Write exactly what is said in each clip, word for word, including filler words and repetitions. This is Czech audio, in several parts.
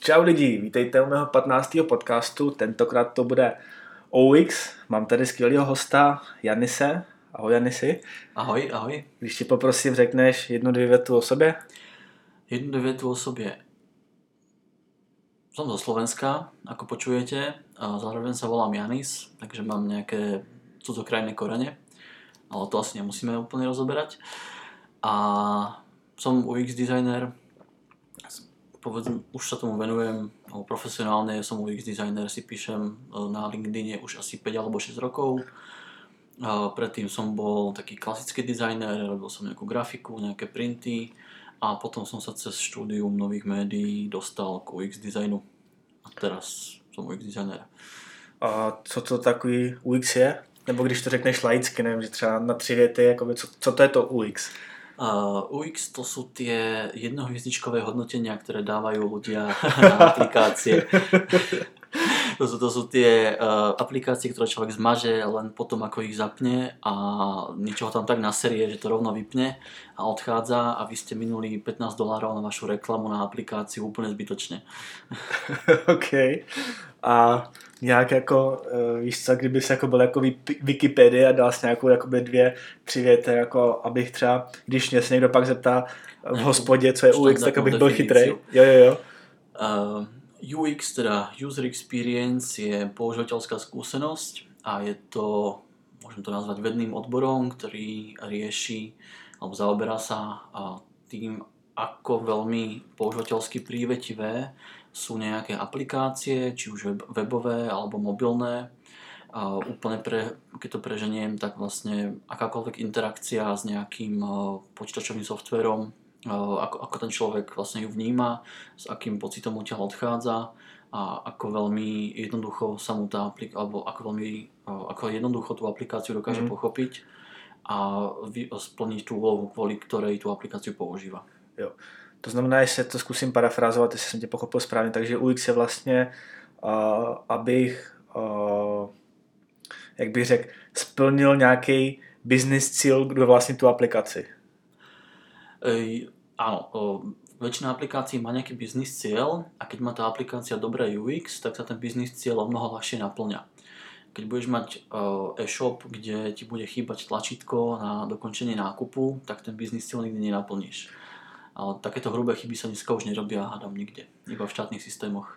Čau lidi, vítejte u mého patnáctého podcastu, tentokrát to bude O U X. Mám tady skvělého hosta Janise. Ahoj Janisi. Ahoj, ahoj. Když ti poprosím, řekneš jednu, dvě větu o sobě? Jednu, dvě větu o sobě. Som zo Slovenska, ako počujete, a zároveň sa volám Janis, takže mám nejaké cudzokrajné korene, ale to asi nemusíme úplne rozoberať. A som U X designer, povedzme, už sa tomu venujem profesionálne, som U X designer, si píšem na LinkedIne už asi päť alebo šesť rokov. Predtým som bol taký klasický dizajner, robil som nejakú grafiku, nejaké printy a potom som sa cez štúdium nových médií dostal k U X designu a teraz som U X designer. A co to takový U X je? Nebo když to řekneš laicky, nevím, že třeba na tři věty, jakoby, co, co to je to U X? Uh, U X to sú tie jednohviezdičkové hodnotenia, ktoré dávajú ľudia na aplikácie. To sú, to sú tie uh, aplikácie, ktoré človek zmaže len potom, ako ich zapne a niečo ho tam tak naserie, že to rovno vypne a odchádza a vy ste minuli pätnásť dolárov na vašu reklamu na aplikáciu úplne zbytočne. OK. A nějak jako, uh, víš co, kdyby se jako byl jako Wikipedia a dal si nějakou jakoby dvě, tři věty, jako abych třeba, když mě se někdo pak zeptá v hospodě, co je U X, tak abych byl chytrej. Jo, jo, jo. Uh, U X, teda User Experience, je používateľská skúsenosť a je to, môžem to nazvať vedným odborom, ktorý rieši alebo zaoberá sa tým, ako veľmi používateľsky prívetivé sú nejaké aplikácie, či už webové alebo mobilné. A úplne pre, keď to preženiem, tak vlastne akákoľvek interakcia s nejakým počítačovým softvérom, ako, ako ten človek vlastne ju vníma, s akým pocitom odtiaľ odchádza a ako veľmi jednoducho sa mu tá aplika- alebo ako veľmi ako jednoducho tú aplikáciu dokáže mm. pochopiť a vy, splniť tú úlohu, kvôli ktorej tú aplikáciu používa. Jo. To znamená, jestli to zkusím parafrázovat, jestli jsem tě pochopil správně, takže U X je vlastně, uh, abych, uh, jak bych řekl, splnil nějaký business cíl do vlastně tu aplikaci. Ej, áno, o, väčšina aplikácií má nejaký business cieľ a keď má tá aplikácia dobré U X, tak sa ten business cieľ o mnoho ľahšie naplňa. Keď budeš mať uh, e-shop, kde ti bude chýbať tlačítko na dokončenie nákupu, tak ten business cieľ nikdy nenaplníš. Ale takéto hrubé chyby sa dneska už nerobia, hádam, nikde. Iba v štátnych systémoch.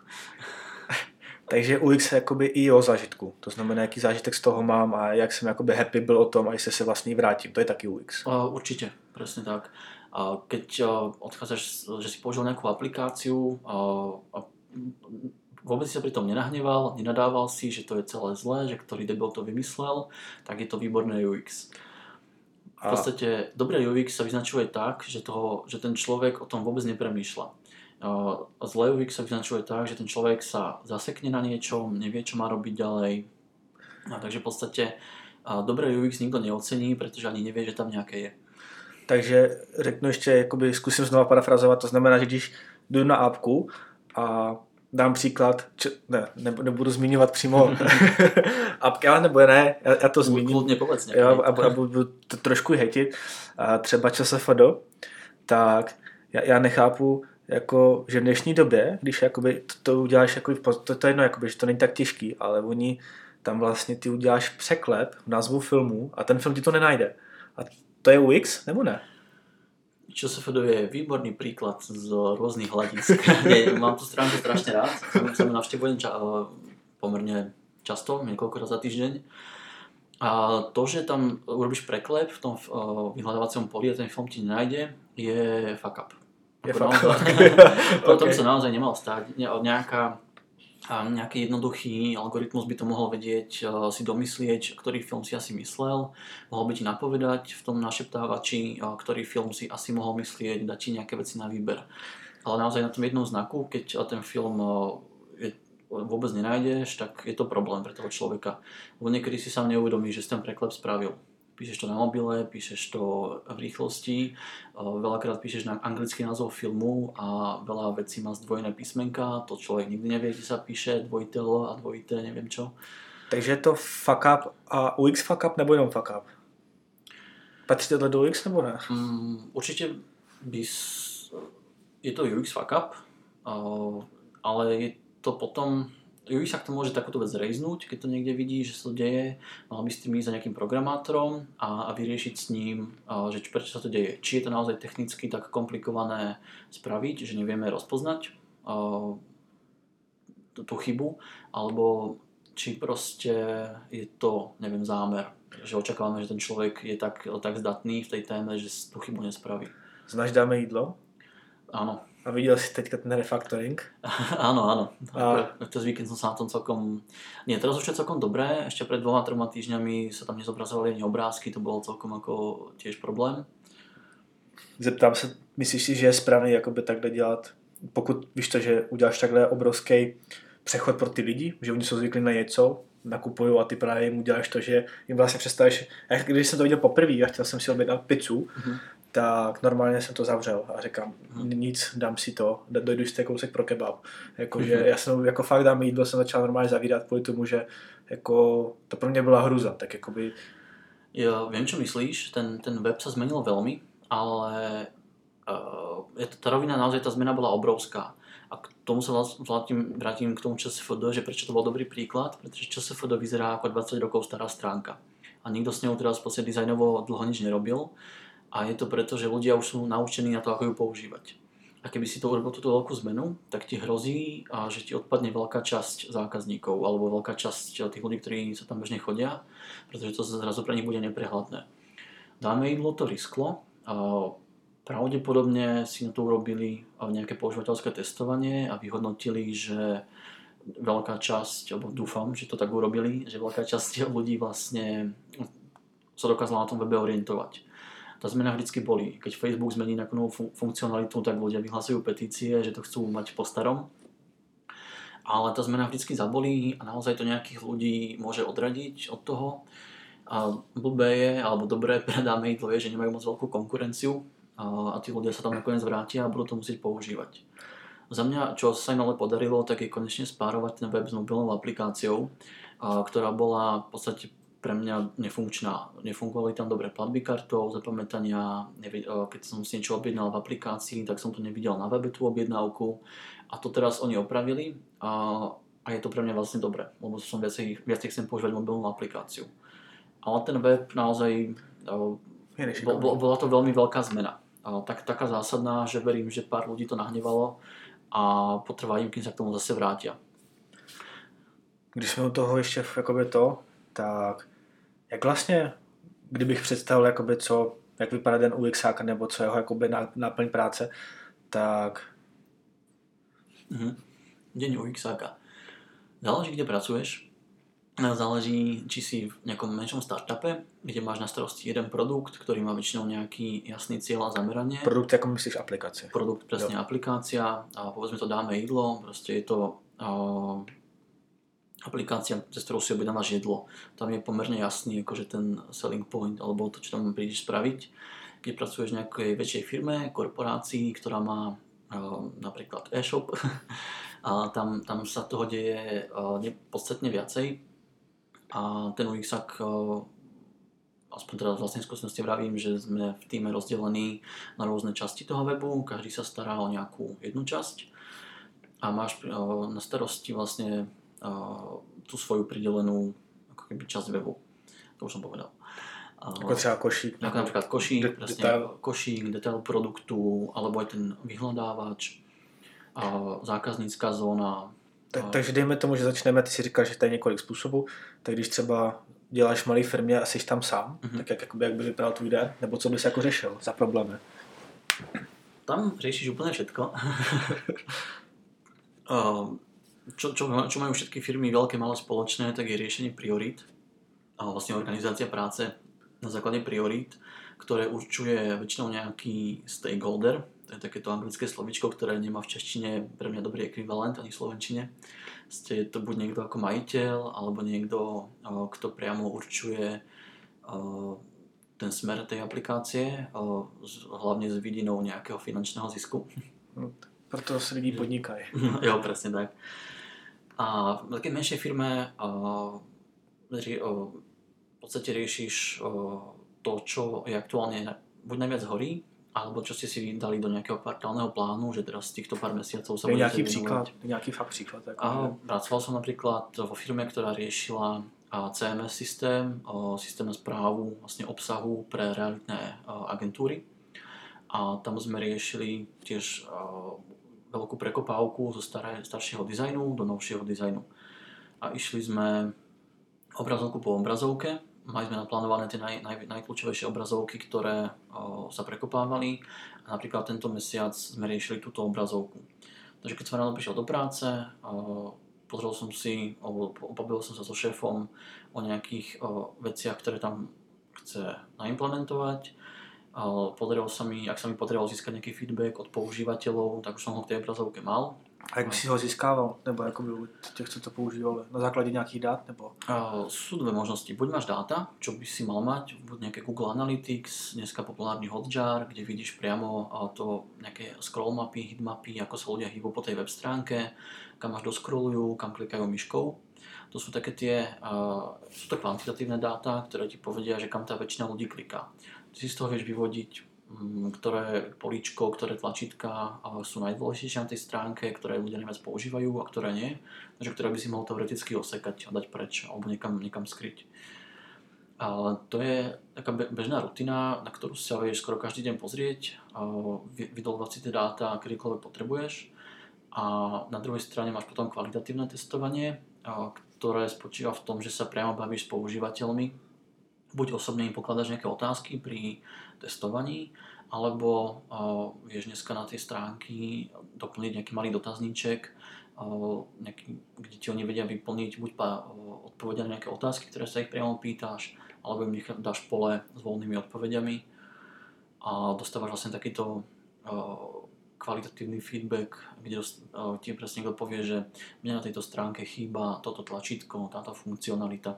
Takže U X je jakoby i o zážitku. To znamená, jaký zážitek z toho mám a jak jsem jakoby happy byl o tom a jestli se vlastně vrátím. To je taky U X. Uh, určite, presne tak. Uh, keď uh, odchádzaš, že si použil nejakú aplikáciu uh, a vôbec si sa pri tom nenahneval, nenadával si, že to je celé zlé, že ktorý debil to vymyslel, tak je to výborné U X. V podstate dobré U X sa vyznačuje tak, že, toho, že ten človek o tom vôbec nepremýšľa. Uh, zlé U X sa vyznačuje tak, že ten človek sa zasekne na niečom, nevie, čo má robiť ďalej. A takže v podstate uh, dobré U X nikto neocení, pretože ani nevie, že tam nejaké je. Takže řeknu ještě, jakoby zkusím znova parafrazovat, to znamená, že když jdu na appku a dám příklad, či, ne, ne, nebudu zmiňovat přímo apky, ale nebo ne, já, já to zmíním. Kludně povedz jo, a, a budu to trošku hejtit. A třeba ČSFD, tak já, já nechápu, jako, že v dnešní době, když jakoby, to, to uděláš, jakoby, to, to je jedno, jakoby, že to není tak těžký, ale oni tam vlastně ty uděláš překlep v názvu filmu a ten film ti to nenajde. A to je U X, nebo ne? ČSFD je výborný príklad z rôznych hľadisk. Mám tú stránku strašne rád, sa mi navštevujem ča- pomerne často, niekoľko raz za týždeň. A to, že tam urobíš preklep v tom vyhľadávacom poli a ten film ti nenájde, je fuck up. Je fuck up. Potom sa naozaj nemal stáť nejaká a nejaký jednoduchý algoritmus by to mohol vedieť si domyslieť, ktorý film si asi myslel, mohol by ti napovedať v tom našeptávači, ktorý film si asi mohol myslieť, dať ti nejaké veci na výber. Ale naozaj na tom jednom znaku, keď ten film je, vôbec nenájdeš, tak je to problém pre toho človeka. Lebo niekedy si sám neuvedomíš, že si ten preklep spravil. Píšeš to na mobile, píšeš to v rýchlosti, veľakrát píšeš na anglický názov filmu a veľa vecí má zdvojené písmenka, to človek nikdy nevie, kde sa píše, dvojité L a dvojité neviem čo. Takže je to fuck up a U X fuck up nebo jenom fuck up? Patří to do U X nebo ne? Um, určite by... Je to U X fuck up. Uh, ale je to potom, ú iks ak to môže takúto vec rejznúť, keď to niekde vidí, že sa to deje, mal by s tým ísť za nejakým programátorom a, a vyriešiť s ním, a, že prečo sa to deje. Či je to naozaj technicky tak komplikované spraviť, že nevieme rozpoznať a, tú, tú chybu, alebo či proste je to, neviem, zámer, že očakávame, že ten človek je tak, tak zdatný v tej téme, že tú chybu nespraví. Znáš Dáme jídlo? Áno. A viděl jsi teďka ten refactoring? Áno, áno. A... Cez víkend som sa na tom celkom... Nie, teraz už je celkom dobré. Ešte pred dvoma, troma týždňami sa tam nezobrazovali ani obrázky, to bolo celkom ako tiež problém. Zeptám se, myslíš si, že je správný jakoby takhle dělat, pokud víš to, že uděláš takhle obrovský přechod pro ty lidi, že oni jsou zvyklí na něco, nakupují a ty právě jim uděláš to, že jim vlastně představíš, jak když jsem to viděl poprvé a chtěl jsem si objednat pizzu, mm-hmm. tak normálně jsem to zavřel a říkám, mm-hmm. nic, dám si to, dojdu si kousek pro kebab. Jakože mm-hmm. já jsem jako fakt dám jídlo, jsem začal normálně zavírat kvůli tomu, že jako to pro mě byla hruza, tak jakoby... Ja viem, čo myslíš, ten, ten web sa zmenil veľmi, ale uh, je to, tá rovina, naozaj tá zmena bola obrovská. A k tomu sa vrátim, vrátim k tomu ČSFD, že prečo to bol dobrý príklad, pretože ČSFD vyzerá ako dvadsať rokov stará stránka. A nikto s ňou teraz v podstate dizajnovo dlho nič nerobil. A je to preto, že ľudia už sú naučení na to, ako ju používať. A keby si to urobil túto veľkú zmenu, tak ti hrozí, že ti odpadne veľká časť zákazníkov alebo veľká časť tých ľudí, ktorí sa tam bežne chodia, pretože to zrazu pre nich bude neprehľadné. Dáme jídlo to risklo. Pravdepodobne si na to urobili nejaké používateľské testovanie a vyhodnotili, že veľká časť, alebo dúfam, že to tak urobili, že veľká časť ľudí vlastne sa dokázala na tom webe orientovať. Tá zmena vždycky bolí. Keď Facebook zmení nejakú novú funkcionalitu, tak ľudia vyhlasujú petície, že to chcú mať po starom. Ale tá zmena vždycky zabolí a naozaj to nejakých ľudí môže odradiť od toho. A blbé je, alebo dobré pre Dáme jídlo je, že nemajú moc veľkú konkurenciu a, a tí ľudia sa tam nakoniec vrátia a budú to musieť používať. Za mňa, čo sa im ale podarilo, tak je konečne spárovať ten web s mobilnou aplikáciou, a, ktorá bola v podstate pre mňa nefunkčná. Nefungovali tam dobre platby kartou, zapamätania, keď som si niečo objednal v aplikácii, tak som to nevidel na webe tú objednávku a to teraz oni opravili a, a je to pre mňa vlastne dobre, lebo som viacej, viacej chcem používať mobilnú aplikáciu. Ale ten web naozaj, bol, bol, bola to veľmi veľká zmena. Tak, taká zásadná, že verím, že pár ľudí to nahnevalo a potrvá im, kým sa k tomu zase vrátia. Když jsme u toho ještě jakoby to, tak jak vlastně, kdybych představil, jakoby co, jak vypadá den UXáka nebo co jeho jakoby náplň práce, tak... Mhm. Deň UXáka. Záleží, kde pracuješ. Záleží, či si v nejakom menšom startupe, kde máš na starosti jeden produkt, ktorý má väčšinou nejaký jasný cieľ a zameranie. Produkt, ako myslíš aplikácie? Produkt, presne, jo. Aplikácia. A povedzme to Dáme jídlo, proste je to... Uh, aplikácia, cez ktorú si objednávaš jedlo. Tam je pomerne jasný akože ten selling point, alebo to, čo tam prídeš spraviť. Keď pracuješ v nejakej väčšej firme, korporácii, ktorá má uh, napríklad e-shop, a tam, tam sa toho deje uh, podstatne viacej. A ten UXák, uh, aspoň teda z vlastnej skúsenosti vravím, že sme v týme rozdelení na rôzne časti toho webu, každý sa stará o nejakú jednu časť a máš uh, na starosti vlastne Uh, tú svoju pridelenú ako keby časť webu. To už som povedal. Uh, ako třeba košík. Ako napríklad košík, de- presne, detail. košík, detail produktu, alebo aj ten vyhľadávač, uh, zákaznícká zóna. Tak, uh, takže dejme tomu, že začneme, ty si říkal, že to je několik způsobů, tak když třeba děláš v malé firmě a jsi tam sám, uh-huh. tak jak, jakoby, jak by vypadal tvůj den, nebo co bys jako řešil za problémy? Tam riešiš úplne všetko. uh, Čo, čo, čo majú všetky firmy veľké, malé spoločné, tak je riešenie priorít a vlastne organizácia práce na základe priorít, ktoré určuje väčšinou nejaký stakeholder. To je takéto anglické slovíčko, ktoré nemá v češtine pre mňa dobrý ekvivalent ani v slovenčine. Je to buď niekto ako majiteľ, alebo niekto, kto priamo určuje ten smer tej aplikácie, hlavne s vidinou nejakého finančného zisku. Proto si lidi podnikají. Jo, presne tak. A v takej menšej firme uh, uh, v podstate riešiš uh, to, čo je aktuálne buď najviac horí, alebo čo ste si dali do nejakého kvartálneho plánu, že teraz z týchto pár mesiacov sa je budete nějaký venovať. příklad, nějaký fakt příklad. Jako, A pracoval som napríklad vo firme, ktorá riešila cé em es systém, systém na správu vlastne obsahu pre realitné agentúry. A tam sme riešili tiež veľkú prekopávku zo staré, staršieho dizajnu do novšieho dizajnu. A išli sme obrazovku po obrazovke. Mali sme naplánované tie naj, naj, najkľúčovejšie obrazovky, ktoré o, sa prekopávali. A napríklad tento mesiac sme riešili túto obrazovku. Takže keď som ráno prišiel do práce, o, pozrel som si, pobavil som sa so šéfom o nejakých o, veciach, ktoré tam chce naimplementovať. O, podarilo sa mi, ak sa mi podarilo získať nejaký feedback od používateľov, tak už som ho v tej obrazovke mal. A jak by si ho získával? Nebo jakoby u těch, co to používali? Na základě nějakých dát? Nebo? Uh, sú dve možnosti. Buď máš dáta, čo by si mal mať, buď nejaké Google Analytics, dneska populárny Hotjar, kde vidíš priamo uh, to nejaké scroll mapy, hitmapy, ako sa ľudia hýbu po tej web stránke, kam až doscrollujú, kam klikajú myškou. To sú také tie, uh, sú to kvantitatívne dáta, ktoré ti povedia, že kam tá väčšina ľudí kliká. Ty si z toho vieš vyvodiť, ktoré políčko, ktoré tlačítka sú najdôležitejšie na tej stránke, ktoré ľudia najviac používajú a ktoré nie. Takže ktoré by si mohol teoreticky osekať a dať preč alebo niekam, niekam skryť. A to je taká bežná rutina, na ktorú sa vieš skoro každý deň pozrieť, vydolovať si tie dáta, kedykoľvek potrebuješ. A na druhej strane máš potom kvalitatívne testovanie, ktoré spočíva v tom, že sa priamo bavíš s používateľmi. Buď osobne im pokladáš nejaké otázky pri testovaní, alebo uh, vieš dneska na tej stránky doplniť nejaký malý dotazníček, uh, nejaký, kde ti oni vedia vyplniť buď pa, uh, odpovedia na nejaké otázky, ktoré sa ich priamo pýtaš, alebo im dáš pole s voľnými odpovediami a dostávaš vlastne takýto uh, kvalitatívny feedback, kde uh, ti presne niekto povie, že mne na tejto stránke chýba toto tlačítko, táto funkcionalita.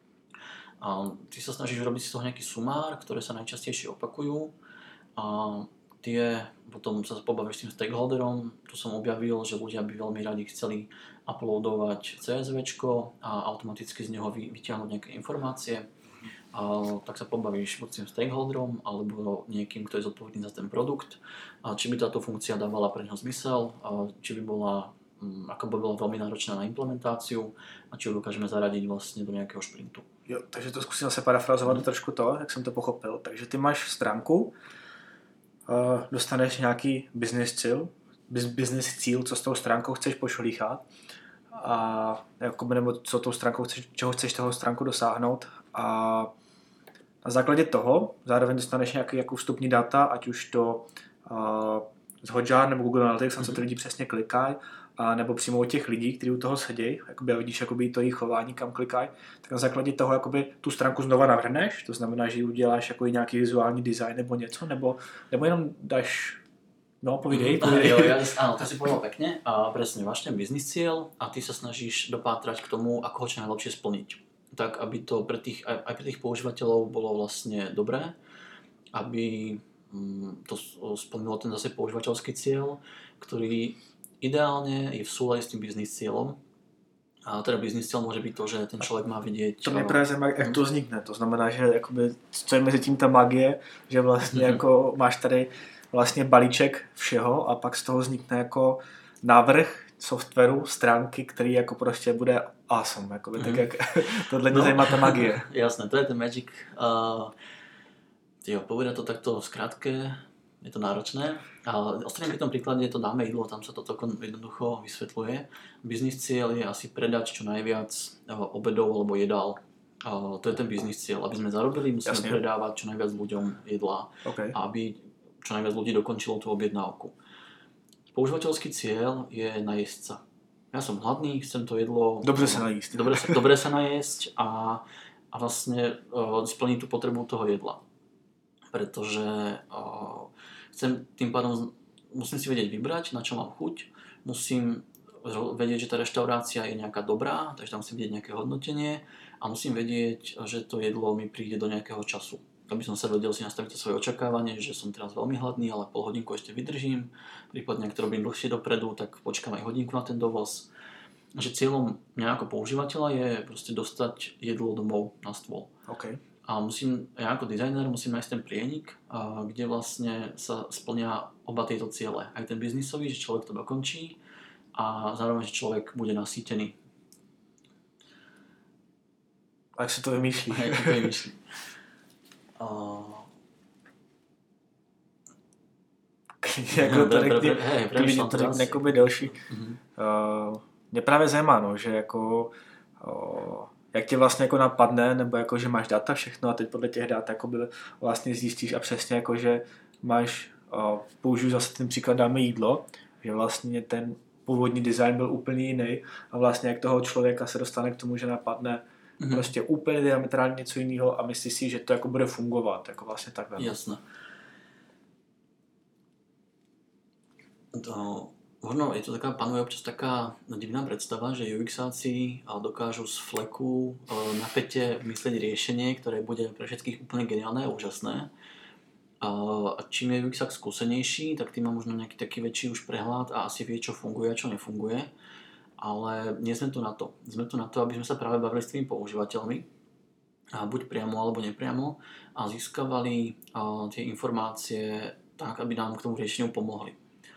A ty sa snažíš robiť si toho nejaký sumár, ktoré sa najčastejšie opakujú a tie potom sa pobavíš s tým stakeholderom. Tu som objavil, že ľudia by veľmi radi chceli uploadovať cé es véčko a automaticky z neho vyťahnuť nejaké informácie. A tak sa pobavíš buď s tým stakeholderom alebo niekým, kto je zodpovedný za ten produkt. A či by táto funkcia dávala pre ňo zmysel, a či by bola, ako by bola veľmi náročná na implementáciu a či ju dokážeme zaradiť vlastne do nejakého šprintu. Jo, takže to zkusím se parafrazovat mm. trošku to, jak jsem to pochopil. Takže ty máš stránku, uh, dostaneš nějaký business cíl, business cíl, co s tou stránkou chceš pošlíchat a jakoby, nebo co tou stránkou chceš, čeho chceš toho stránku dosáhnout a na základě toho zároveň dostaneš nějaký jako vstupní data, ať už to uh, z Hotjar nebo Google Analytics, na co ty lidi přesně klikají, a nebo přímo od těch lidí, kteří u toho sedí, jakoby, a vidíš jakoby, to jejich chování, kam klikají, tak na základě toho jakoby, tu stránku znova navrhneš, to znamená, že ji uděláš jako nějaký vizuální design nebo něco, nebo, nebo jenom dáš, no povídej, povídej. Jo, ja, áno, to si povedal pekne a presne, máš ten biznis cieľ a ty sa snažíš dopátrať k tomu, ako ho čo najlepšie splniť. Tak, aby to pre tých, aj, aj pre tých používateľov bolo vlastne dobré, aby to splnilo ten zase používateľský cieľ, ktorý ideálne je v súlade s tým biznis cieľom. A teda biznis cieľ môže byť to, že ten človek má vidieť... To mě právě zajímá, jak to vznikne. To znamená, že jakoby, co je mezi tím ta magie, že vlastně mm-hmm. jako máš tady vlastně balíček všeho a pak z toho vznikne jako návrh softwaru, stránky, který jako prostě bude awesome. Jakoby, mm-hmm. Tak jak tohle mě no. zajímá ta magie. Jasné, to je ten magic. Uh, jo, povedať to takto skrátke, je to náročné. Ale ostatne pri tom príklade to dáme jídlo, tam sa to jednoducho vysvetľuje. Biznis cieľ je asi predať čo najviac obedov alebo jedál. To je ten biznis cieľ. Aby sme zarobili, musíme Jasne. predávať čo najviac ľuďom jedlá. Okay. A aby čo najviac ľudí dokončilo tú objednávku. Používateľský cieľ je najesť sa. Ja som hladný, chcem to jedlo... Dobre sa najesť. Dobre sa, dobre sa najesť a, a vlastne uh, splniť tú potrebu toho jedla. Pretože uh, chcem tým pádom, musím si vedieť vybrať, na čo mám chuť, musím vedieť, že tá reštaurácia je nejaká dobrá, takže tam musím vidieť nejaké hodnotenie a musím vedieť, že to jedlo mi príde do nejakého času. Aby som sa vedel si nastaviť to svoje očakávanie, že som teraz veľmi hladný, ale pol hodinku ešte vydržím, prípadne ak to robím dlhšie dopredu, tak počkám aj hodinku na ten dovoz. Že cieľom mňa ako používateľa je proste dostať jedlo domov na stôl. Okay. A musím, ja ako dizajner musím nájsť ten prienik, kde vlastne sa splnia oba tieto ciele. Aj ten biznisový, že človek to dokončí a zároveň, že človek bude nasýtený. A jak se to vymýšlí? A jak se to vymýšlí. Uh... jako to řekni, to řekni jakoby další. Mm-hmm. Uh, mě právě zajímá, no, že jako uh, jak tě vlastně jako napadne, nebo jako, že máš data všechno a teď podle těch dat jako by vlastně zjistíš a přesně jako, že máš, uh, použiju zase ten příklad, dáme jídlo, že vlastně ten původní design byl úplně jiný a vlastně jak toho člověka se dostane k tomu, že napadne mm-hmm. prostě úplně diametrálně něco jiného a myslí si, že to jako bude fungovat, jako vlastně takhle. Jasné. To, možno je to taká, panuje občas taká divná predstava, že UXáci dokážu z fleku na pete myslieť riešenie, ktoré bude pre všetkých úplne geniálne a úžasné. A čím je UXák skúsenejší, tak tým má možno nejaký taký väčší už prehľad a asi vie, čo funguje a čo nefunguje. Ale nie sme tu na to. Sme tu na to, aby sme sa práve bavili s tými používateľmi, a buď priamo alebo nepriamo, a získavali a, tie informácie tak, aby nám k tomu riešeniu pomohli.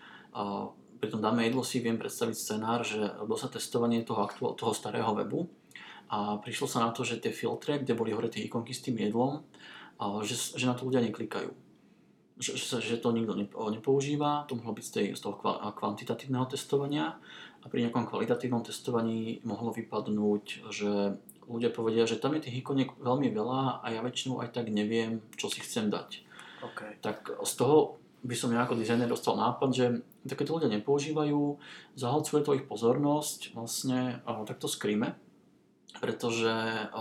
A pri tom dáme jedlo si viem predstaviť scenár, že robil sa testovanie toho, aktuál, toho starého webu a prišlo sa na to, že tie filtre, kde boli hore tie ikonky s tým jedlom, a, že, že na to ľudia neklikajú. Že, že, že to nikto nepoužíva, to mohlo byť z, tej, z toho kvantitatívneho testovania a pri nejakom kvalitatívnom testovaní mohlo vypadnúť, že ľudia povedia, že tam je tých ikoniek veľmi veľa a ja väčšinou aj tak neviem, čo si chcem dať. Okay. Tak z toho by som ja ako dizajner dostal nápad, že takéto ľudia nepoužívajú, zahlcuje to ich pozornosť, vlastne takto skríme, pretože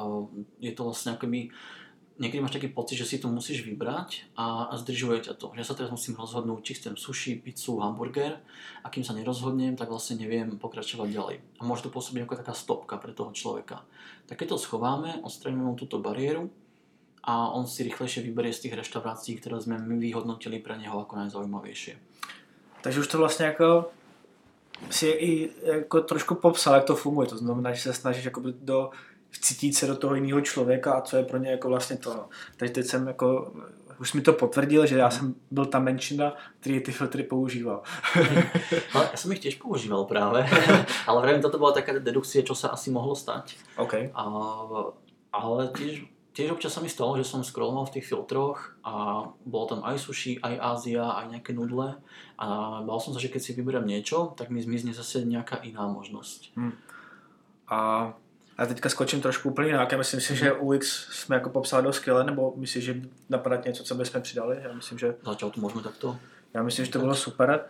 je to vlastne akoby, niekedy máš taký pocit, že si to musíš vybrať a, a zdržuje ťa to. Že ja sa teraz musím rozhodnúť, či chcem sushi, pizzu, hamburger a kým sa nerozhodnem, tak vlastne neviem pokračovať ďalej. A môže to pôsobiť ako taká stopka pre toho človeka. Tak keď to schováme, odstraníme mu túto bariéru, a on si rýchlejšie vyberie z tých reštaurácií, ktoré sme my vyhodnotili pre neho ako najzaujímavejšie. Takže už to vlastně jako si i jako trošku popsal, jak to funguje. To znamená, že se snažíš jakoby do, vcítit se do toho jiného člověka a co je pro ně jako vlastně to. No. Takže teď jsem jako, už mi to potvrdil, že já jsem byl ta menšina, který ty filtry používal. Ale ja som ich tiež používal práve, ale vravím, toto bola taká dedukcia, čo sa asi mohlo stať. Okay. A, ale tiež Tiež občas sa mi stalo, že som scrolloval v tých filtroch a bolo tam aj sushi, aj Ázia, aj nejaké nudle a bál som sa, že keď si vyberiem niečo, tak mi zmizne zase nejaká iná možnosť. Hmm. A já teďka skočím trošku úplně jinak. Já myslím si, že U X jsme jako popsali do skvěle, nebo myslíš, že napadat něco, co bychom přidali? Já myslím, že... Začal to můžeme takto. Já myslím, že to bylo super.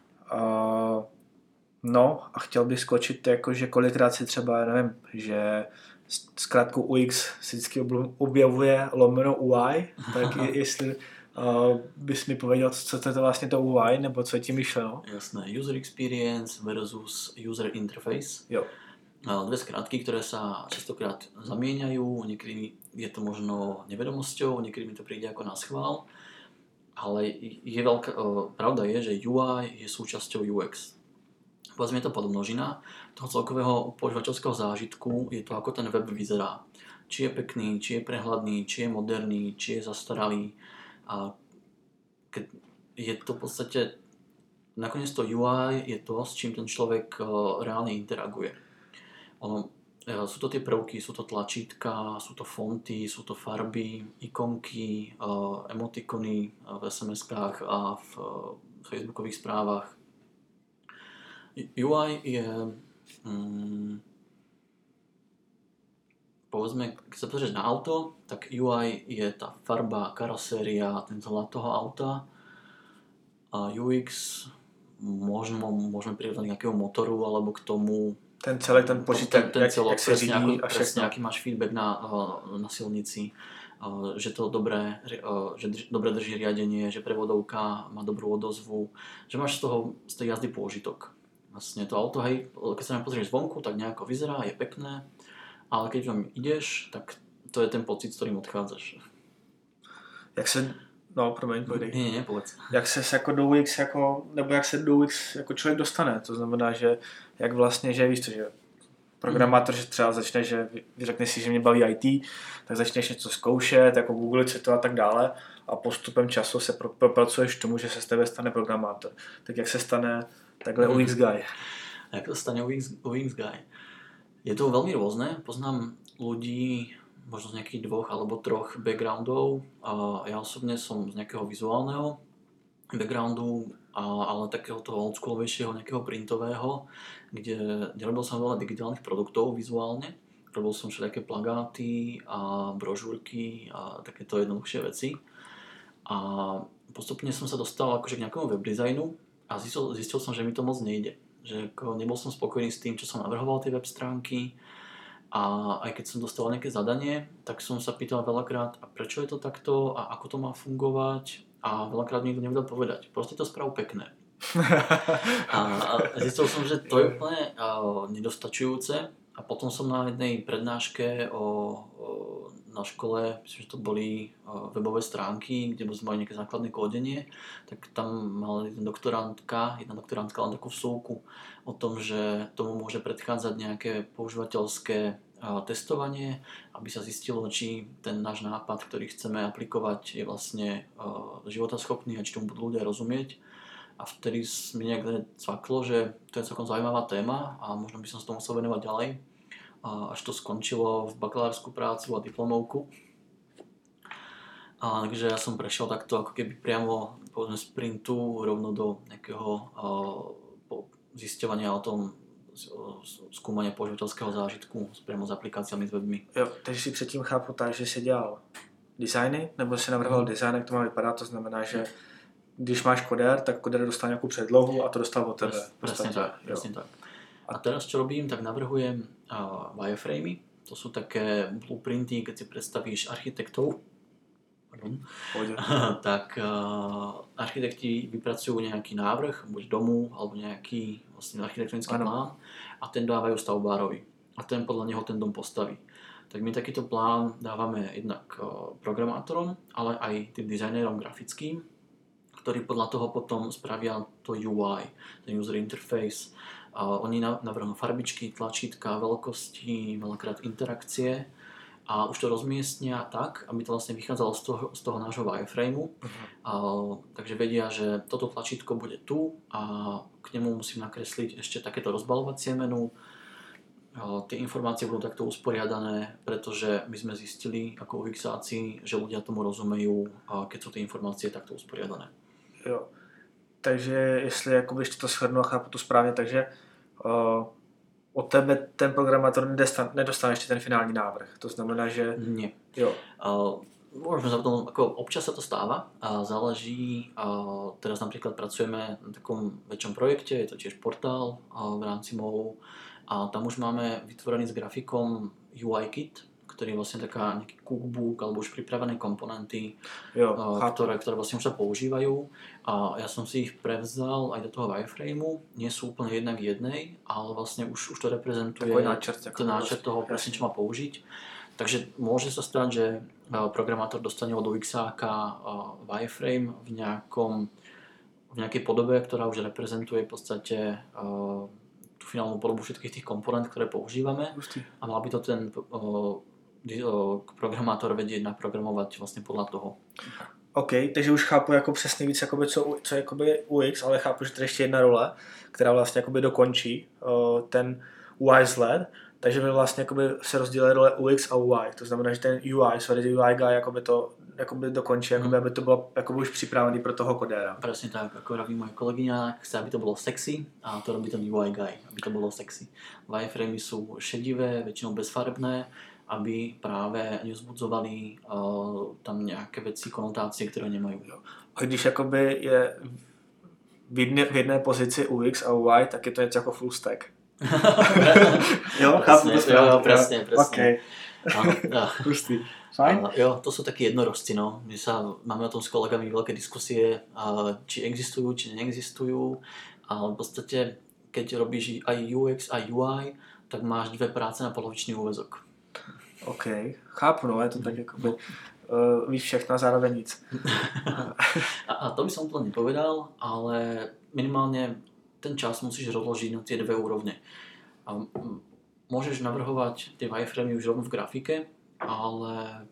Uh, no a chtěl bych skočit, jako, že kolikrát si třeba, nevím, že zkrátkou U X se vždycky objevuje lomeno U I, tak jestli uh, bys mi pověděl, co to je to vlastně to U I, nebo co je tím myšleno? Jasné, user experience versus user interface. Jo. Dve skrátky, ktoré sa častokrát zamieňajú, niekedy je to možno nevedomosťou, niekedy mi to príde ako na schvál, ale je veľká, pravda je, že U I je súčasťou U X. Povedzme, je to podmnožina toho celkového používateľského zážitku, je to ako ten web vyzerá. Či je pekný, či je prehľadný, či je moderný, či je zastaralý. A keď je to v podstate, nakoniec to U I je to, s čím ten človek reálne interaguje. Ono, sú to tie prvky, sú to tlačítka, sú to fonty, sú to farby, ikonky, emotikony v es em eskách a v facebookových správach. U I je, mm, povedzme, keď sa pozrieš na auto, tak U I je tá farba, karoséria, ten vzhľad toho auta a U X možno, môžeme prirovnať k nejakého motoru alebo k tomu ten celý ten počítač, ten, ten jak, celok, jak se řídí ako, a presne, aký máš feedback na, na silnici, že to dobré, že drž, dobre drží riadenie, že prevodovka má dobrú odozvu, že máš z toho, z tej jazdy pôžitok. Vlastne to auto, hej, keď sa na pozrieš zvonku, tak nejako vyzerá, je pekné, ale keď tam ideš, tak to je ten pocit, s ktorým odchádzaš. Jak se, no promiň, pojdej. Nie, nie, povedz. Jak se jako do U X, jako, nebo jak se do U X jako člověk dostane, to znamená, že jak vlastně, že víš co, že programátor, že třeba začne, že řekneš si, že mě baví í té, tak začneš něco zkoušet, jako Google to a tak dále a postupem času se pro, propracuješ k tomu, že se z tebe stane programátor. Tak jak se stane takhle U X guy? Jak sa stane U X, U X guy? Je to veľmi rôzne. Poznám ľudí možno z nejakých dvoch alebo troch backgroundov. A ja osobne som z nejakého vizuálneho backgroundu, a, ale takého toho oldschoolovejšieho, nejakého printového, kde, kde robil som veľa digitálnych produktov vizuálne. Robil som všelijaké plagáty a brožúrky a takéto jednoduchšie veci. A postupne som sa dostal akože k nejakému webdizajnu a zistil, zistil som, že mi to moc nejde. Že ako nebol som spokojný s tým, čo som navrhoval tie web stránky a aj keď som dostal nejaké zadanie, tak som sa pýtal veľakrát, a prečo je to takto a ako to má fungovať a veľakrát mi nikto nevedel povedať. Proste to sprav pekné. a, a zistil som, že to je úplne uh, nedostačujúce a potom som na jednej prednáške o, o, na škole, myslím, že to boli uh, webové stránky, kde sme mali nejaké základné kódenie, tak tam mala jedna doktorantka, jedna doktorantka len takú vsúku o tom, že tomu môže predchádzať nejaké používateľské uh, testovanie, aby sa zistilo, či ten náš nápad, ktorý chceme aplikovať, je vlastne uh, životaschopný a či tomu budú ľudia rozumieť. A vtedy mi nejak cvaklo, že to je celkom zaujímavá téma a možno by som sa tomu musel venovať ďalej. Až to skončilo v bakalárskú prácu a diplomovku. A takže ja som prešiel takto ako keby priamo povedzme z printu rovno do nejakého zisťovania o tom skúmania používateľského zážitku priamo s aplikáciami, s webmi. Jo, takže si předtím chápu tak, že si dělal designy, nebo si navrhoval design, jak to má vypadat, to znamená, že když máš kodér, tak kodér dostal nějakou předlohu a to dostal od tebe. Presne tak, presne tak. A teraz čo robím, tak navrhujem uh, wireframey. To sú také blueprinty, keď si predstavíš architektov. Pardon. tak uh, architekti vypracujú nejaký návrh, buď domu, alebo nejaký vlastne architektonický ano. plán a ten dávajú stavbárovi. A ten podľa neho ten dom postaví. Tak my takýto plán dávame jednak uh, programátorom, ale aj tým dizajnérom grafickým, ktorí podľa toho potom spravia to U I, ten user interface. Uh, oni navrhnú farbičky, tlačítka, veľkosti, veľakrát interakcie a už to rozmiestnia tak, aby to vlastne vychádzalo z toho, z toho nášho wireframeu. Uh-huh. Uh, takže vedia, že toto tlačítko bude tu a k nemu musím nakresliť ešte takéto rozbalovacie menu. Uh, tie informácie budú takto usporiadané, pretože my sme zistili ako U Xáci, že ľudia tomu rozumejú, uh, keď sú tie informácie takto usporiadané. Jo. Takže jestli jakoby, ještě to shrnu a chápu to správně, takže uh, od tebe ten programátor nedostane, nedostane ještě ten finální návrh. To znamená, že... Nie. Jo. Uh, môžeme sa potom, ako občas sa to stáva a záleží, uh, teraz napríklad pracujeme na takom väčšom projekte, je to tiež portál uh, v rámci MOU a tam už máme vytvorený s grafikom U I kit, ktorý je vlastne taká nejaký cookbook alebo už pripravené komponenty, jo, ktoré, ktoré vlastne už sa používajú a ja som si ich prevzal aj do toho wireframeu, nie sú úplne jednak jednej, ale vlastne už, už to reprezentuje náčrt, ten náčrt toho, presne čo má použiť. Takže môže sa stať, že programátor dostane od U Xáka wireframe v nejakom v nejakej podobe, ktorá už reprezentuje v podstate tú finálnu podobu všetkých tých komponent, ktoré používame a mal by to ten programátor vědět naprogramovat vlastně podle toho. OK, takže už chápu jako přesně víc, jakoby, co, co jakoby U X, ale chápu, že to je ještě jedna role, která vlastně jakoby dokončí uh, ten U I vzhled, takže by vlastně jakoby se rozdělily role U X a U I, to znamená, že ten U I, sorry, U I guy jakoby to jakoby dokončí, jakoby, hmm. aby to bylo jakoby už připravený pro toho kodéra. Presne tak, ako robí moje kolegyňa, chce, aby to bylo sexy a to robí ten U I guy, aby to bylo sexy. Wireframey jsou šedivé, většinou bezfarebné, aby právě nevzbudzovali uh, tam nějaké věci, konotácie, které nemají. A když jakoby je v jedné, v jedné pozici U X a U I, tak je to něco jako full stack. Jo, chápu to správně. Jo, presne, presne. Okay. Pustý. Fajn. Jo, to jsou taky jednorožci, no. My sa, máme o tom s kolegami velké diskusie, uh, či existují, či neexistují, ale v podstatě, keď robíš aj U X a U I, tak máš dvě práce na polovičný úvezok. OK, chápu, no, je to tak jakoby uh, víš všechno, zároveň nic. a, a to by som úplne nepovedal, ale minimálne ten čas musíš rozložiť na tie dve úrovne. A môžeš navrhovať tie wireframey už rovno v grafike, ale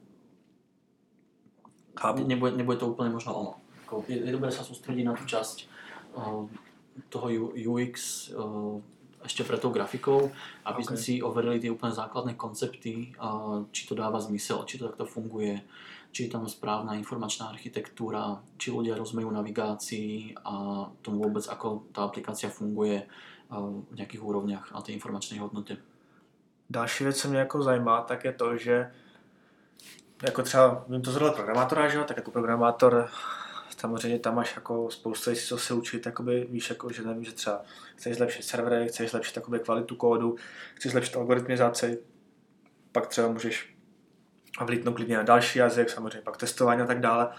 nebude, nebude to úplne možno ono. Je, je dobré sa sústrediť na tú časť uh, toho U X uh, ešte pred tou grafikou, aby okay. sme si overili tie úplne základné koncepty, uh, či to dáva zmysel, či to takto funguje, či je tam správna informačná architektúra, či ľudia rozumejú navigácii a tomu vôbec, ako tá aplikácia funguje uh, v nejakých úrovniach a tej informačnej hodnote. Další věc, co mě jako zajímá, tak je to, že jako třeba, vím to z role programátora, že jo, tak jako programátor samozřejmě tam máš jako spoustu věcí, co se učit, jakoby, víš, jako, že nevím, že třeba chceš zlepšit servery, chceš zlepšit jakoby, kvalitu kódu, chceš zlepšit algoritmizaci, pak třeba můžeš vlítnout klidně na další jazyk, samozřejmě pak testování a tak dále,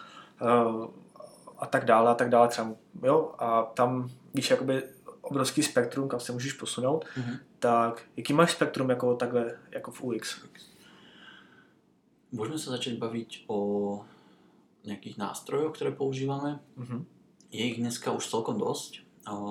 a tak dále, a tak dále třeba, jo, a tam víš, jakoby obrovský spektrum, kam se můžeš posunout, mm-hmm. tak jaký máš spektrum jako takhle, jako v U X? Môžeme sa začať baviť o nejakých nástrojoch, ktoré používame. Mm-hmm. Je ich dneska už celkom dosť.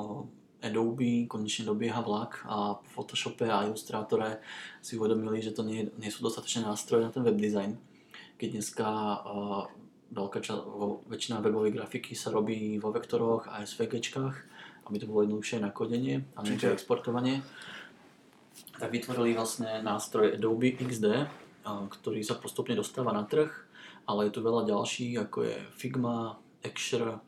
Adobe konečne dobieha vlak a v Photoshope a Illustratore si uvedomili, že to nie, nie sú dostatočné nástroje na ten web design. Keď dneska uh, veľká ča- vo, väčšina webovej grafiky sa robí vo vektoroch a es vé géčkách, aby to bolo jednoduchšie na kodenie a nie to exportovanie, tak vytvorili vlastne nástroj Adobe iks dé, ktorý sa postupne dostáva na trh, ale je tu veľa ďalších, ako je Figma, Axure,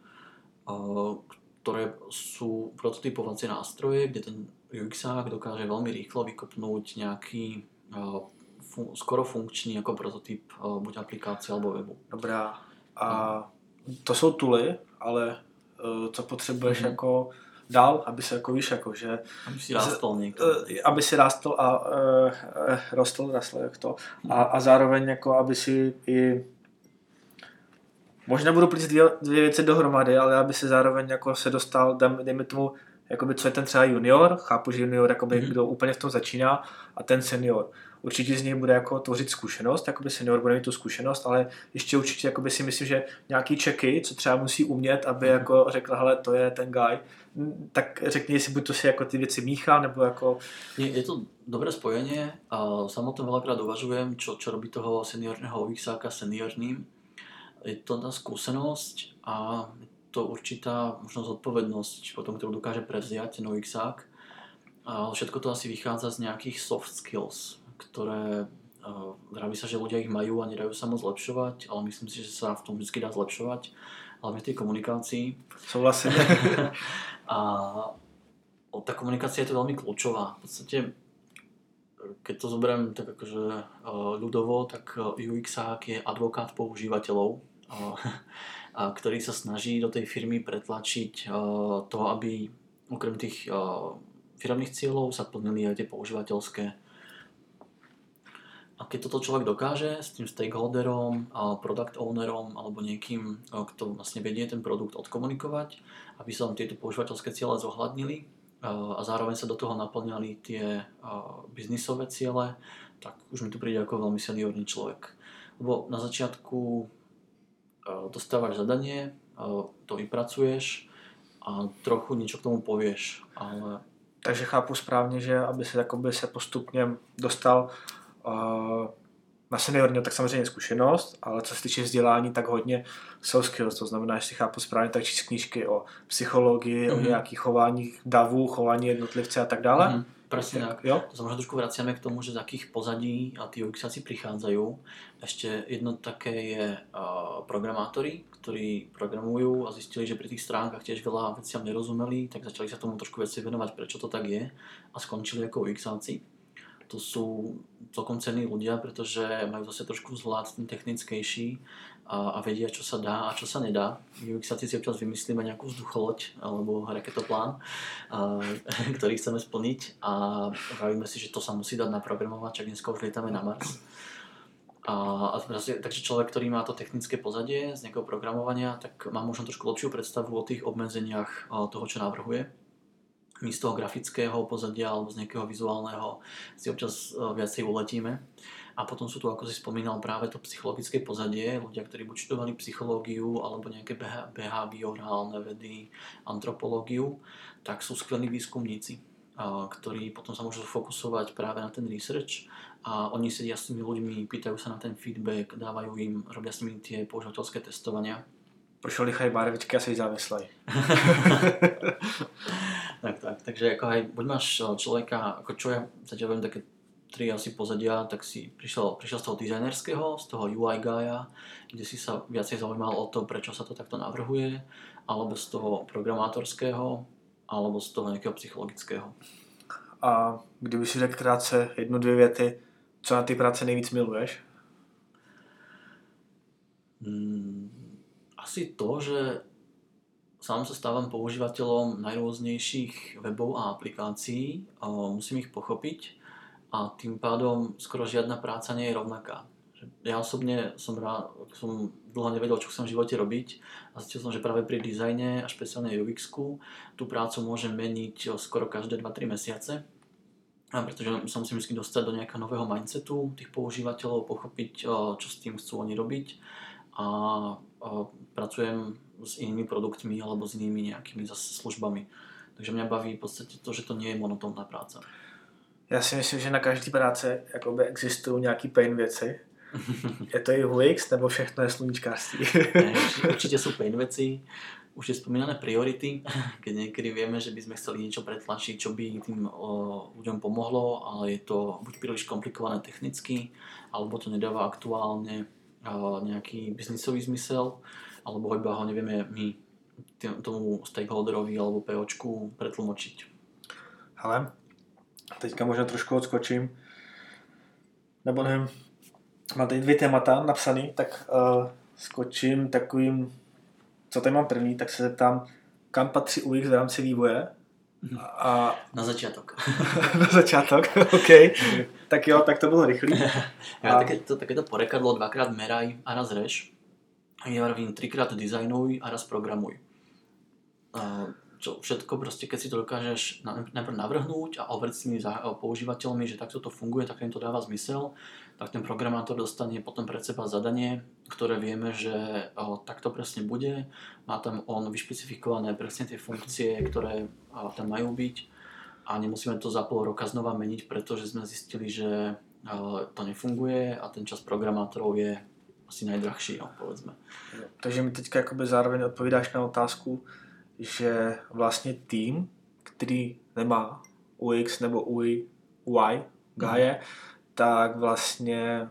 ktoré sú prototypovacie nástroje, kde ten ú exák dokáže veľmi rýchlo vykopnúť nejaký fun- skoro funkčný ako prototyp buď aplikácie alebo webu. Dobrá. A to jsou tooly, ale co potřebuješ mm-hmm. jako dál, aby se jako víš, jako, že... Aby si rástl někdo. Aby si rástl a uh, rostl, rostl, jak to. A, a zároveň jako, aby si i... Možná budu plít dvě, dvě věci dohromady, ale aby si zároveň jako se dostal, dejme tomu, jakoby, co je ten třeba junior, chápu, že junior, jakoby, mm-hmm. kdo úplně v tom začíná, a ten senior. Určitě z něj bude jako tvořit zkušenost, jakoby senior bude mít tu zkušenost, ale ještě určitě jakoby si myslím, že nějaký checky, co třeba musí umět, aby mm-hmm. jako řekl, hele, to je ten guy, tak řekni, jestli buď to si jako ty věci míchá, nebo jako... Je, je to dobré spojenie a samotné veľakrát uvažujem, čo, čo robí toho seniorného ú exáka seniorným. Je to tá skúsenosť a to určitá možno zodpovednosť potom, ktorú dokáže prevziať ten ú exák. A všetko to asi vychádza z nejakých soft skills, ktoré uh, vraví sa, že ľudia ich majú a nedajú sa moc zlepšovať, ale myslím si, že sa v tom vždy dá zlepšovať, hlavne v tej komunikácii. Súhlasím. A tá komunikácia je to veľmi kľúčová. V podstate, keď to zoberiem tak akože uh, ľudovo, tak ú exák je advokát používateľov, uh, a ktorý sa snaží do tej firmy pretlačiť uh, to, aby okrem tých uh, firemných cieľov sa plnili aj tie používateľské. A keď toto človek dokáže s tým stakeholderom, product ownerom alebo niekým, kto vlastne vedie ten produkt, odkomunikovať, aby sa tam tieto používateľské ciele zohľadnili a zároveň sa do toho naplňali tie biznisové ciele, tak už mi tu príde ako veľmi seniorný človek. Lebo na začiatku dostávaš zadanie, to vypracuješ a trochu niečo k tomu povieš, ale... Takže chápu správně, že aby se, jakoby, se postupně dostal uh, na seniorního, tak samozřejmě zkušenost, ale co se týče vzdělání, tak hodně soft skills, to znamená, že si chápu správně, tak číst knížky o psychologii, mm-hmm. o nějakých chování davů, chování jednotlivce a tak dále. Mm-hmm. Presne tak. Jo? To sa možno trošku vraciame k tomu, že z akých pozadí a tí ú exáci prichádzajú. Ešte jedno také je uh, programátori, ktorí programujú a zistili, že pri tých stránkach tiež veľa veciam nerozumeli, tak začali sa tomu trošku viacej venovať, prečo to tak je, a skončili ako ú exáci. To sú celkom cenní ľudia, pretože majú zase trošku vzhľad ten technickejší a, a vedia, čo sa dá a čo sa nedá. My ú exáci si občas vymyslíme nejakú vzducholoď alebo raketoplán, a, ktorý chceme splniť, a vravíme si, že to sa musí dať naprogramovať, čak dneska už lietame na Mars. A, a takže človek, ktorý má to technické pozadie z nejakého programovania, tak má možno trošku lepšiu predstavu o tých obmedzeniach toho, čo navrhuje. My z toho grafického pozadia alebo z nejakého vizuálneho si občas viacej uletíme. A potom sú tu, ako si spomínal, práve to psychologické pozadie, ľudia, ktorí buď študovali psychológiu alebo nejaké behaviorálne vedy, antropológiu, tak sú skvelí výskumníci. ktorí potom sa môžu fokusovať práve na ten research a oni sedia s tými ľuďmi, pýtajú sa na ten feedback, dávajú im, robia s nimi tie používateľské testovania. Prošel lichaj barvičky a si závislej. tak, tak, takže ako aj, buď máš človeka, ako čo ja zatiaľ viem také tri asi pozadia, tak si prišiel, prišiel z toho dizajnerského, z toho ú í guya, kde si sa viacej zaujímal o to, prečo sa to takto navrhuje, alebo z toho programátorského, alebo z toho nejakého psychologického. A kdyby si řekl krátce jednu, dvě věty, co na ty práce nejvíc miluješ? Hmm, asi to, že sám sa stávam používateľom najrôznejších webov a aplikácií, musím ich pochopiť a tým pádom skoro žiadna práca nie je rovnaká. Ja osobne som, rád, som dlho nevedel, čo chcem v živote robiť a zistil som, že práve pri dizajne a špeciálne ú exku tú prácu môžem meniť skoro každé dva tri mesiace. A pretože sa musím vždy dostať do nejakého nového mindsetu tých používateľov, pochopiť, čo s tým chcú oni robiť a pracujem s inými produktmi alebo s inými nejakými zase službami. Takže mňa baví v podstate to, že to nie je monotónna práca. Já si myslím, že na každý práce jakoby existují nějaký pain věci. Je to i ú ex, nebo všechno je sluníčkářství? Ne, určite sú pain veci. Už je spomínané priority, keď niekedy vieme, že by sme chceli niečo pretlačiť, čo by tým o, ľuďom pomohlo, ale je to buď príliš komplikované technicky, alebo to nedáva aktuálne o, nejaký biznisový zmysel, alebo iba ho nevieme my tým, tomu stakeholderovi alebo POčku pretlmočiť. Hele, teďka možná trošku odskočím, nebo nevím, mám tady dvě témata napsaný, tak uh, skočím takovým, co tady mám první, tak se zeptám, kam patří ú ex v rámci vývoje? A... Na začiatok. Na začiatok, OK. Tak jo, tak to bylo rychlý. Ja, a... takéto, takéto porekadlo dvakrát meraj a raz reš. A ja vravím trikrát dizajnuj a raz programuj. Uh, čo všetko proste, keď si to dokážeš najprv navrhnúť a overiť s tými používateľmi, že takto to funguje, tak im to dáva zmysel, tak ten programátor dostane potom pred seba zadanie, ktoré vieme, že o, takto presne bude. Má tam on vyšpecifikované presne tie funkcie, ktoré o, tam majú byť a nemusíme to za pol roka znova meniť, pretože sme zistili, že o, to nefunguje a ten čas programátorov je asi najdrahší, no, povedzme. Takže mi teďka jakoby zároveň odpovídáš na otázku, že vlastně tým, který nemá ú ex nebo ú í guy, mm. tak vlastně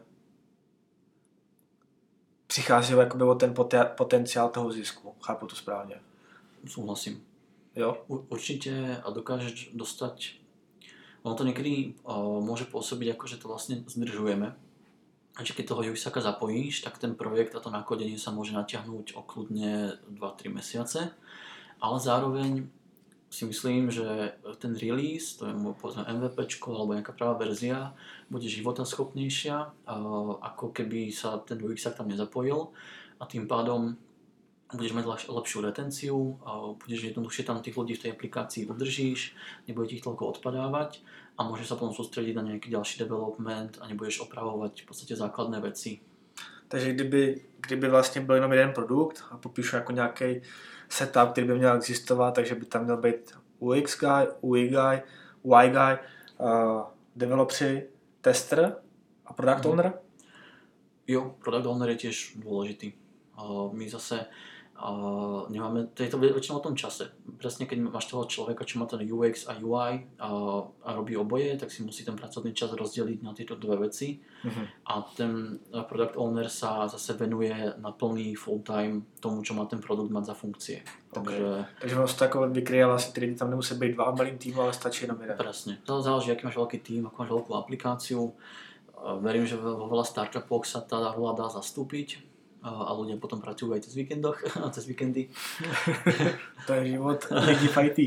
přichází jakoby o ten potenciál toho zisku. Chápu to správně? Súhlasím. Jo? Určite a dokážeš dostať, ono to niekedy uh, môže pôsobiť ako, že to vlastne zdržujeme. A že keď toho ú exáka zapojíš, tak ten projekt a to nakodenie sa môže natiahnuť o kľudne dva tri mesiace. Ale zároveň si myslím, že ten release, to je povedzme MVPčko alebo nejaká prvá verzia, bude životaschopnejšia, ako keby sa ten ú exák tam nezapojil a tým pádom budeš mať lepšiu retenciu, budeš jednoduchšie tam tých ľudí v tej aplikácii udržíš, nebudete ich toľko odpadávať a môžeš sa potom sústrediť na nejaký ďalší development a nebudeš opravovať v podstate základné veci. Takže kdyby, kdyby vlastně byl jenom jeden produkt a popíšu jako nějaký setup, který by měl existovat, takže by tam měl být ú ex guy, ú í guy, ú í guy, uh, developeri, tester a product mm-hmm. owner? Jo, product owner je tiež dôležitý. Uh, my zase uh, nemáme, to je to väčšinou o tom čase. Presne keď máš toho človeka, čo má ten ú ex a ú í uh, a robí oboje, tak si musí ten pracovný čas rozdeliť na tieto dve veci. Mm-hmm. A ten uh, product owner sa zase venuje na plný full time tomu, čo má ten produkt mať za funkcie. Okay. Takže, Takže ono to takové vykryje vlastne, tedy tam nemusí byť dva malým týmu, ale stačí jenom jeden. Presne. To záleží, aký máš veľký tým, akú máš veľkú aplikáciu. Verím, že vo veľa startupoch sa tá rola dá zastúpiť a ľudia potom pracujú aj cez víkendoch, cez víkendy. To je život lidí v í té.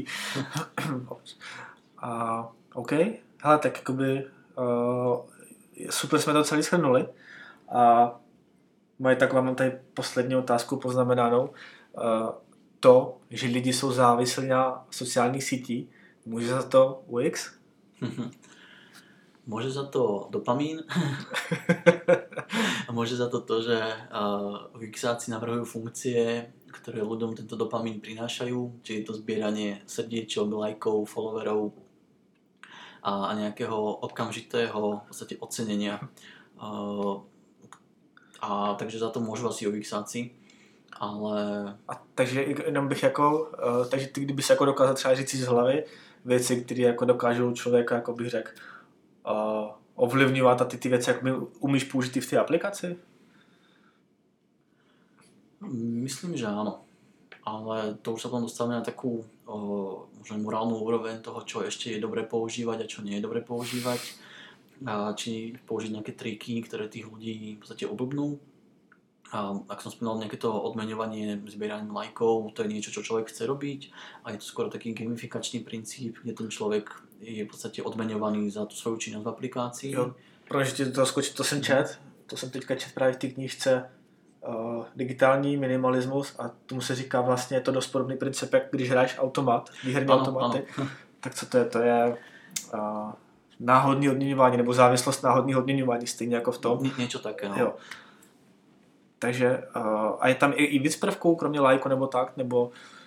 A OK, hele, tak jakoby uh, super jsme to celý shrnuli a moje taková mám tady poslední otázku poznamenanou. Uh, to, že lidi jsou závislí na sociálních sítích, může za to ú ex? Môže za to dopamín a môže za to to, že ú exáci navrhujú funkcie, ktoré ľuďom tento dopamín prinášajú, či je to zbieranie srdiečok, lajkov, followerov a, a nejakého okamžitého v podstate ocenenia. Uh, a takže za to môžu asi UXáci, ale... A takže jenom bych jako, uh, takže ty kdyby se jako dokázal třeba říct si z hlavy věci, které jako dokážou člověka, jako bych řekl, uh, ovlivňovat a ty ty věci jak umíš použít i v té aplikaci? Myslím, že áno. Ale to už sa potom dostávame na takú o, možno morálnu úroveň toho, čo ešte je dobre používať a čo nie je dobre používať. A či použiť nejaké triky, ktoré tých ľudí v podstate oblbnú. A ak som spomínal nejaké to odmeňovanie zbieraním lajkov, to je niečo, čo človek chce robiť a je to skoro taký gamifikačný princíp, kde ten človek je v podstate odmeňovaný za tú svoju činnosť v aplikácii. Jo, protože to skočit, to jsem čet, to jsem teďka čet právě v té knížce Uh, digitální minimalismus a tomu se říká vlastně, je to dost podobný princip, jak když hraješ automat, výherní ano, automaty, ano. Tak co to je? To je uh, náhodný odměňování nebo závislost náhodného odměňování, stejně jako v tom. Ně, něco také, no. Jo. Takže uh, a je tam i, i víc prvků, kromě lajku nebo tak, nebo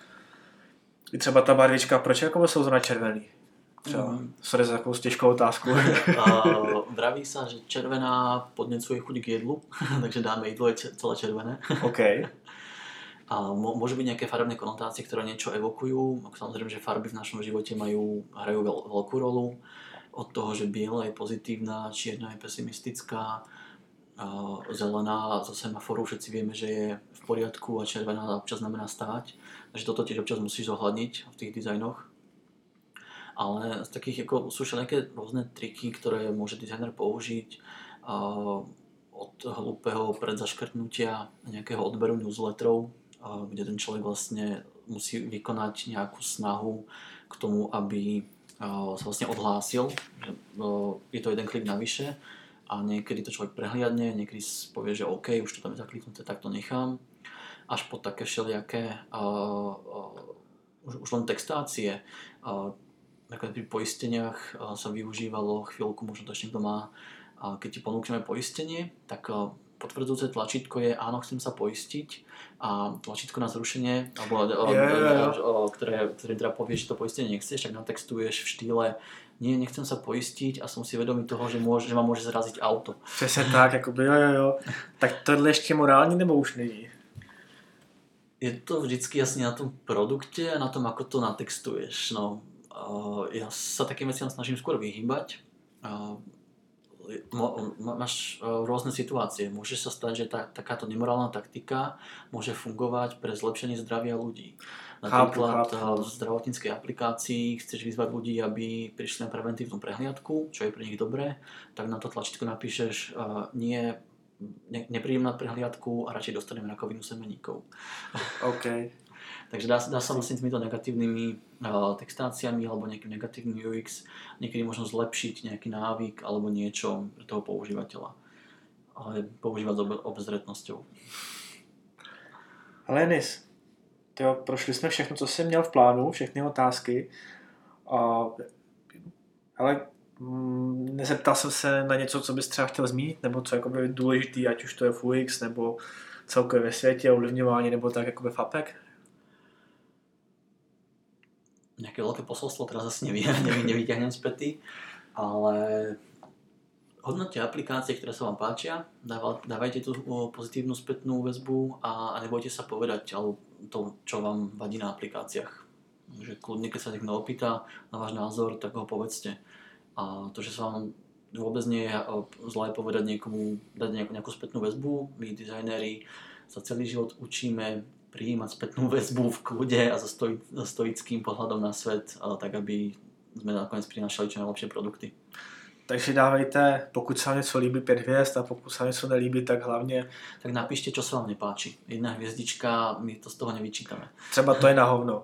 i třeba ta barvička, proč jako jsou zrovna červený? Třeba, mm. sorry za takovou těžkou otázku. Uh, vraví sa, že červená podnecuje chuť k jedlu, takže dáme jedlo je celé červené. OK. A môžu byť nejaké farebné konotácie, ktoré niečo evokujú. Samozrejme, že farby v našom živote majú, hrajú veľ, veľkú rolu. Od toho, že biela je pozitívna, čierna je pesimistická, uh, zelená zo semaforu všetci vieme, že je v poriadku a červená občas znamená stáť. Takže toto tiež občas musíš zohľadniť v tých dizajnoch. Ale z takých jako sú všelijaké rôzne triky, ktoré môže dizajner použiť uh, od hlúpeho predzaškrtnutia nejakého odberu newsletterov, uh, kde ten človek vlastne musí vykonať nejakú snahu k tomu, aby uh, sa vlastne odhlásil, že uh, je to jeden klik navyše a niekedy to človek prehliadne, niekedy povie, že OK, už to tam je zakliknuté, tak to nechám. Až po také všelijaké uh, uh, už, už len textácie, uh, napríklad pri poisteniach sa využívalo chvíľku, možno to ešte niekto má, keď ti ponúkneme poistenie, tak potvrdzujúce tlačítko je áno, chcem sa poistiť a tlačítko na zrušenie, alebo yeah, yeah. ktoré, ktoré teda povieš, že to poistenie nechceš, tak natextuješ v štýle nie, nechcem sa poistiť a som si vedomý toho, že, môže, že ma môže zraziť auto. Přesně tak, jakoby jo, jo, jo. Tak tohle ještě morální nebo už není? Je to vždycky jasne na tom produkte a na tom, ako to natextuješ, no. Uh, ja sa takým veciam snažím skôr vyhýbať. Uh, máš uh, rôzne situácie. Môže sa stať, že tá, takáto nemorálna taktika môže fungovať pre zlepšenie zdravia ľudí. Napríklad uh, v zdravotníckej aplikácii chceš vyzvať ľudí, aby prišli na preventívnu prehliadku, čo je pre nich dobré, tak na to tlačítko napíšeš uh, nie, ne, neprídem na prehliadku a radšej dostanem rakovinu semeníkov. OK. Takže dá, dá sa vlastne týmito negatívnymi uh, textáciami alebo nejakým negatívnym ú iks niekedy možno zlepšiť nejaký návyk alebo niečo pre toho používateľa. Ale používať s ob- obezretnosťou. Ale Enis, tyjo, prošli jsme všechno, co jsi měl v plánu, všechny otázky. A, ale mm, nezeptal jsem se na něco, co bys třeba chtěl zmínit, nebo co je důležitý, ať už to je v ú iks, nebo celkově ve světě, ovlivňování, nebo tak jakoby v apek? Nejaké veľké posolstvo teraz asi neviem, nevy, nevyťahnem späty, ale hodnote aplikácie, ktoré sa vám páčia, dávajte tú pozitívnu spätnú väzbu a, a nebojte sa povedať alebo to, čo vám vadí na aplikáciách. Takže kľudne, keď sa niekto opýta na váš názor, tak ho povedzte. A to, že sa vám vôbec nie je zlé povedať niekomu, dať nejakú, nejakú spätnú väzbu, my dizajnéri sa celý život učíme prijímať spätnú väzbu v kľude a so, stoi, so stoickým pohľadom na svet, tak aby sme nakoniec prinášali čo najlepšie produkty. Takže dávejte, pokud se vám něco líbí, pět hvězd a pokud se vám něco nelíbí, tak hlavně... Tak napíšte, čo sa vám nepáči. Jedna hvězdička, my to z toho nevyčítame. Třeba to je na hovno.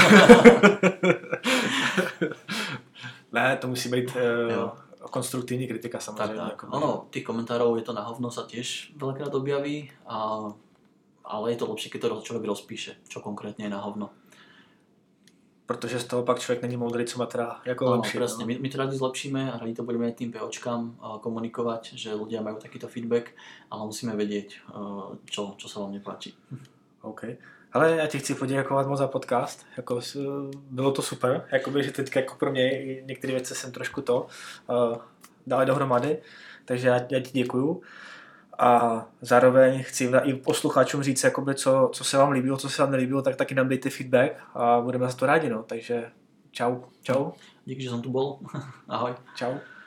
Ne, to musí být uh, konstruktivní kritika samozřejmě. Tak, tak. Ono, tých komentárov je to na hovno sa tiež veľakrát objaví, a, ale je to lepšie, keď to človek rozpíše, čo konkrétne je na hovno. Protože z toho pak člověk není moudrý, co má teda jako no, lepší. Presne, no. my, my to radi zlepšíme a radi to budeme tým POčkám komunikovať, že ľudia majú takýto feedback, ale musíme vedieť, čo, čo sa vám nepáči. OK. Ale já ti chci poděkovat moc za podcast, jako, bylo to super, jakoby, že teď jako pro mě některé věci jsem trošku to uh, dali dohromady, takže já, já ti děkuju a zároveň chci i posluchačům říct, jakoby, co, co se vám líbilo, co se vám nelíbilo, tak taky nám dejte feedback a budeme za to rádi, no, takže čau, čau. Díky, že jsem tu bol. Ahoj. Čau.